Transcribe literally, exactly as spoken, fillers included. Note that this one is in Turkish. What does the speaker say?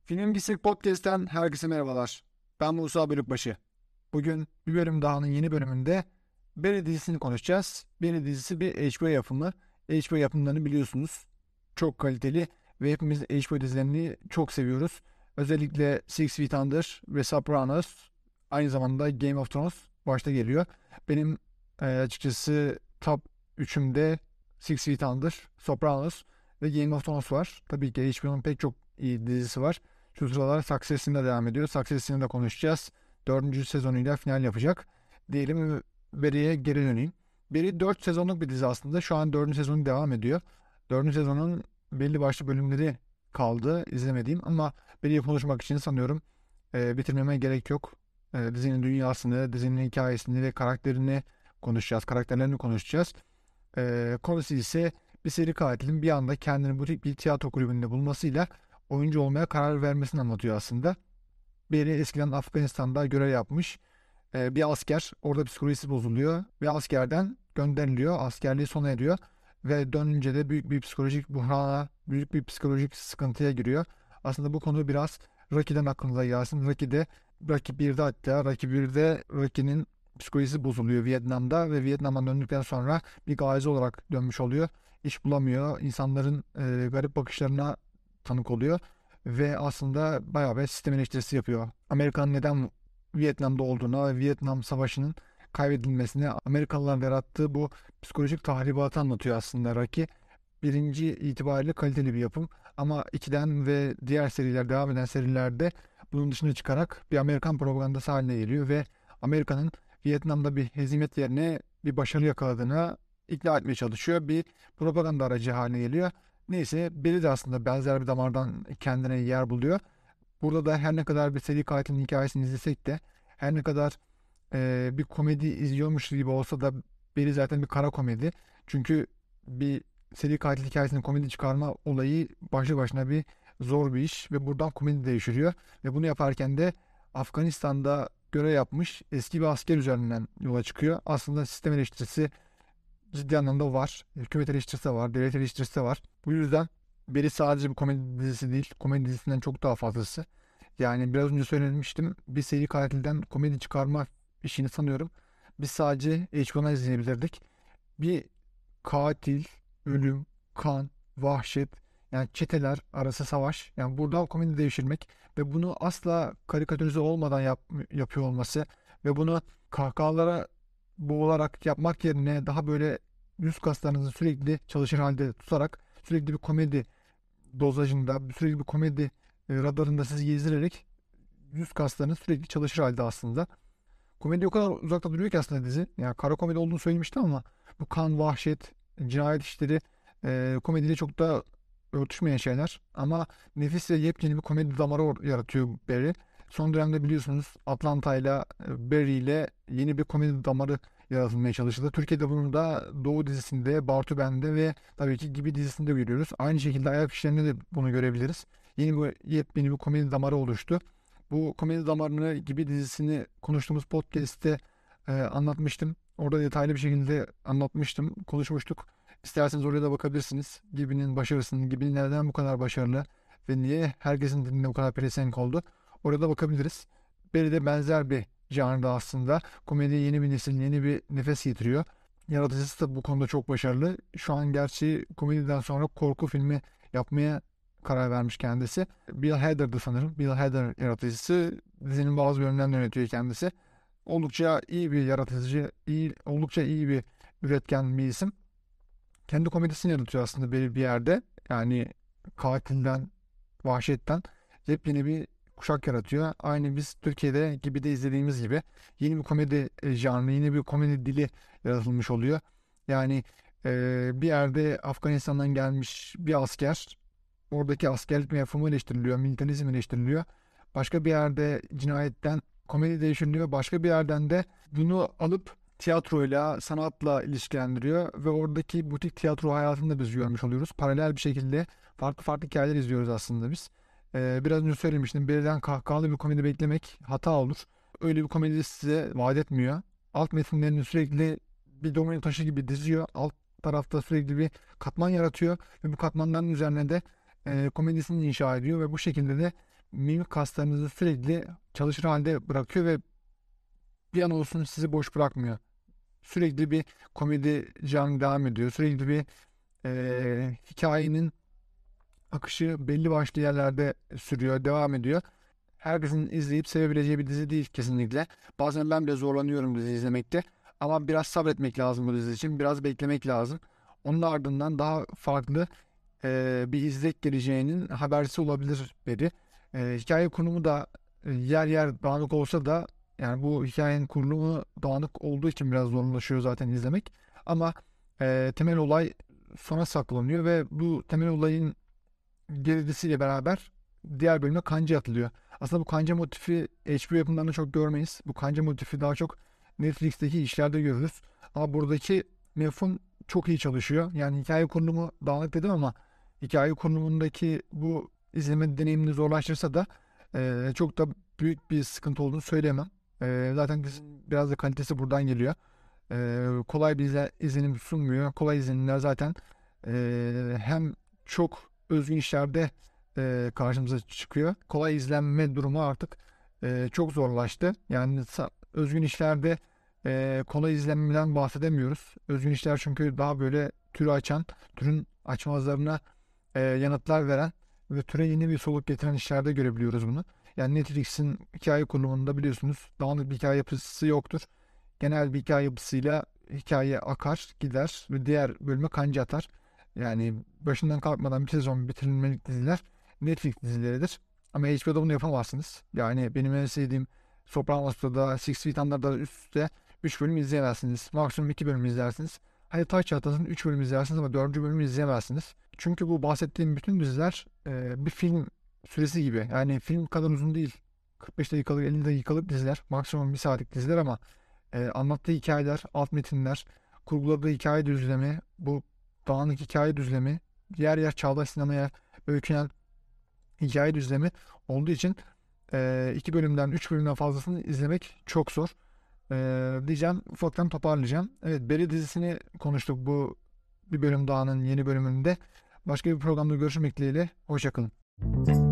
Film Gisik Podcast'ten herkese merhabalar. Ben Musa Bölükbaşı. Bugün bir bölüm dahanın yeni bölümünde Barry dizisini konuşacağız. Barry dizisi bir H B O yapımı. H B O yapımlarını biliyorsunuz. Çok kaliteli ve hepimiz H B O dizilerini çok seviyoruz. Özellikle Six Feet Under ve Sopranos, aynı zamanda Game of Thrones başta geliyor. Benim e, açıkçası top üçümde Six Feet Under, Sopranos ve Game of Thrones var. Tabii ki H B O'nun pek çok iyi dizisi var. Şu sıralar Succession'da devam ediyor. Succession'ı da konuşacağız. Dördüncü sezonuyla final yapacak. Diyelim ve Barry'e geri döneyim. Barry dört sezonluk bir dizi aslında. Şu an dördüncü sezonu devam ediyor. Dördüncü sezonun belli başlı bölümleri kaldı izlemediğim ama Barry'yi konuşmak için sanıyorum e, bitirmeme gerek yok. E, dizinin dünyasını, dizinin hikayesini ve karakterini konuşacağız. Karakterlerini konuşacağız. E, konusu ise bir seri katilin bir anda kendini butik bir tiyatro kulübünde bulmasıyla oyuncu olmaya karar vermesini anlatıyor aslında. Beri eskiden Afganistan'da görev yapmış e, bir asker. Orada psikolojisi bozuluyor ve askerden gönderiliyor. Askerliği sona eriyor ve dönünce de büyük bir psikolojik buhrana, büyük bir psikolojik sıkıntıya giriyor. Aslında bu konu biraz Rocky'den aklınıza gelsin. Rocky'de, Rocky birde hatta Rocky birde Rocky'nin psikolojisi bozuluyor Vietnam'da ve Vietnam'dan döndükten sonra bir gazi olarak dönmüş oluyor. İş bulamıyor. İnsanların e, garip bakışlarına tanık oluyor ve aslında bayağı bir sistem eleştirisi yapıyor. Amerika'nın neden Vietnam'da olduğuna ve Vietnam Savaşı'nın kaybedilmesine Amerikalıların yarattığı bu psikolojik tahribatı anlatıyor aslında Rocky. Birinci itibariyle kaliteli bir yapım ama ikiden ve diğer seriler devam eden serilerde bunun dışına çıkarak bir Amerikan propagandası haline geliyor ve Amerika'nın Vietnam'da bir hezimet yerine bir başarı yakaladığına ikna etmeye çalışıyor. Bir propaganda aracı haline geliyor. Neyse biri de aslında benzer bir damardan kendine yer buluyor. Burada da her ne kadar bir seri katilin hikayesini izlesek de her ne kadar e, bir komedi izliyormuş gibi olsa da biri zaten bir kara komedi. Çünkü bir seri katil hikayesinin komedi çıkarma olayı başlı başına bir zor bir iş ve buradan komedi değişiyor. Ve bunu yaparken de Afganistan'da görev yapmış eski bir asker üzerinden yola çıkıyor. Aslında sistem eleştirisi ciddi anlamda var. Hükümet eleştirisi de var, devlet eleştirisi de var. Bu yüzden biri sadece bir komedi dizisi değil, komedi dizisinden çok daha fazlası. Yani biraz önce söylemiştim, bir seri katilden komedi çıkarma işini sanıyorum biz sadece H B O'dan izleyebilirdik. Bir katil, ölüm, kan, vahşet, yani çeteler arası savaş. Yani burada komedi devşirmek ve bunu asla karikatürize olmadan yap, yapıyor olması ve bunu kahkahalara boğularak yapmak yerine daha böyle yüz kaslarınızı sürekli çalışır halde tutarak sürekli bir komedi dozajında, sürekli bir komedi e, radarında sizi gezdirerek yüz kaslarınız sürekli çalışır halde aslında. Komedi o kadar uzakta duruyor ki aslında dizi. Yani kara komedi olduğunu söylemiştim ama bu kan, vahşet, cinayet işleri e, komediyle çok da örtüşmeyen şeyler. Ama nefis ve yepyeni bir komedi damarı or- yaratıyor Barry. Son dönemde biliyorsunuz Atlanta ile e, Barry ile yeni bir komedi damarı yaratılmaya çalışıldı. Türkiye'de bunu da Doğu dizisinde, Bartu Ben'de ve tabii ki Gibi dizisinde görüyoruz. Aynı şekilde Ayak İşleri'nde de bunu görebiliriz. Yeni bir yepyeni bir komedi damarı oluştu. Bu komedi damarını Gibi dizisini konuştuğumuz podcast'te e, anlatmıştım. Orada detaylı bir şekilde anlatmıştım, konuşmuştuk. İsterseniz oraya da bakabilirsiniz. Gibi'nin başarısını, Gibi neden bu kadar başarılı ve niye herkesin dilinde bu kadar pelesenk oldu. Orada da bakabiliriz. Beri de benzer bir janrda aslında. Komediye yeni bir nesil, yeni bir nefes getiriyor. Yaratıcısı da bu konuda çok başarılı. Şu an gerçi komediden sonra korku filmi yapmaya karar vermiş kendisi. Bill Hader'dı sanırım. Bill Hader yaratıcısı. Dizinin bazı bölümlerini yönetiyor kendisi. Oldukça iyi bir yaratıcı, iyi, oldukça iyi bir üretken bir isim. Kendi komedisini yaratıyor aslında bir, bir yerde. Yani katilden, vahşetten yepyeni bir kuşak yaratıyor. Aynı biz Türkiye'de gibi de izlediğimiz gibi yeni bir komedi e, janrı, yeni bir komedi dili yaratılmış oluyor. Yani e, bir yerde Afganistan'dan gelmiş bir asker, oradaki askerlik mefhumu eleştiriliyor, militarizm eleştiriliyor. Başka bir yerde cinayetten komedi değiştiriliyor. Başka bir yerden de bunu alıp tiyatroyla, sanatla ilişkilendiriyor ve oradaki butik tiyatro hayatını da biz görmüş oluyoruz. Paralel bir şekilde farklı farklı hikayeler izliyoruz aslında biz. Ee, biraz önce söylemiştim. Birden kahkahalı bir komedi beklemek hata olur. Öyle bir komedi size vaat etmiyor. Alt metinlerini sürekli bir domino taşı gibi diziyor. Alt tarafta sürekli bir katman yaratıyor ve bu katmanların üzerine de e, komedisini inşa ediyor ve bu şekilde de mimik kaslarınızı sürekli çalışır halde bırakıyor ve bir an olsun sizi boş bırakmıyor. Sürekli bir komedi canlı devam ediyor. Sürekli bir eee, hikayenin akışı belli başlı yerlerde sürüyor, devam ediyor. Herkesin izleyip sevebileceği bir dizi değil kesinlikle. Bazen ben bile zorlanıyorum dizi izlemekte. Ama biraz sabretmek lazım bu dizi için. Biraz beklemek lazım. Onun ardından daha farklı eee, bir izlek geleceğinin habercisi olabilir biri. Eee, hikaye konumu da e, yer yer dağınık olsa da yani bu hikayenin kurulumu dağınık olduğu için biraz zorlaşıyor zaten izlemek. Ama eee, temel olay sona saklanıyor ve bu temel olayın geridisiyle beraber diğer bölüme kanca atılıyor. Aslında bu kanca motifi H B O yapımlarında çok görmeyiz. Bu kanca motifi daha çok Netflix'teki işlerde görürüz. Ama buradaki mefhum çok iyi çalışıyor. Yani hikaye kurulumu dağınık dedim ama hikaye kurulumundaki bu izleme deneyimini zorlaştırsa da eee, çok da büyük bir sıkıntı olduğunu söyleyemem. Eee, zaten dizinin biraz da kalitesi buradan geliyor. Eee, kolay bir izle- izlenim sunmuyor. Kolay izlenimler zaten eee, hem çok özgün işlerde eee, karşımıza çıkıyor. Kolay izlenme durumu artık eee, çok zorlaştı. Yani sa- özgün işlerde eee, kolay izlenmeden bahsedemiyoruz. Özgün işler çünkü daha böyle türü açan, türün açmazlarına eee, yanıtlar veren ve türe yeni bir soluk getiren işlerde görebiliyoruz bunu. Yani Netflix'in hikaye kurulumunda biliyorsunuz dağınık bir hikaye yapısı yoktur. Genel bir hikaye yapısıyla hikaye akar gider ve diğer bölüme kanca atar. Yani başından kalkmadan bir sezon bitirilmelik diziler Netflix dizileridir. Ama H B O'da bunu yapamazsınız. Yani benim en sevdiğim Sopranos'ta da Six Feet Under'da da üst üste üç bölüm izleyemezsiniz. Maksimum iki bölüm izlersiniz. Hadi taş çatlasın üç bölüm izlersiniz ama dördüncü bölümü izleyemezsiniz. Çünkü bu bahsettiğim bütün diziler e, bir film süresi gibi. Yani film kadar uzun değil. kırk beş dakikalık elli dakikalık diziler. Maksimum bir saatlik diziler ama e, anlattığı hikayeler, alt metinler, kurguladığı hikaye düzlemi, bu dağınık hikaye düzlemi, yer yer çağdaş sinemaya öykünen hikaye düzlemi olduğu için e, iki bölümden, üç bölümden fazlasını izlemek çok zor. E, diyeceğim, ufaktan toparlayacağım. Evet, Barry dizisini konuştuk bu bir bölüm dağının yeni bölümünde. Başka bir programda görüşmek dileğiyle. Hoşçakalın.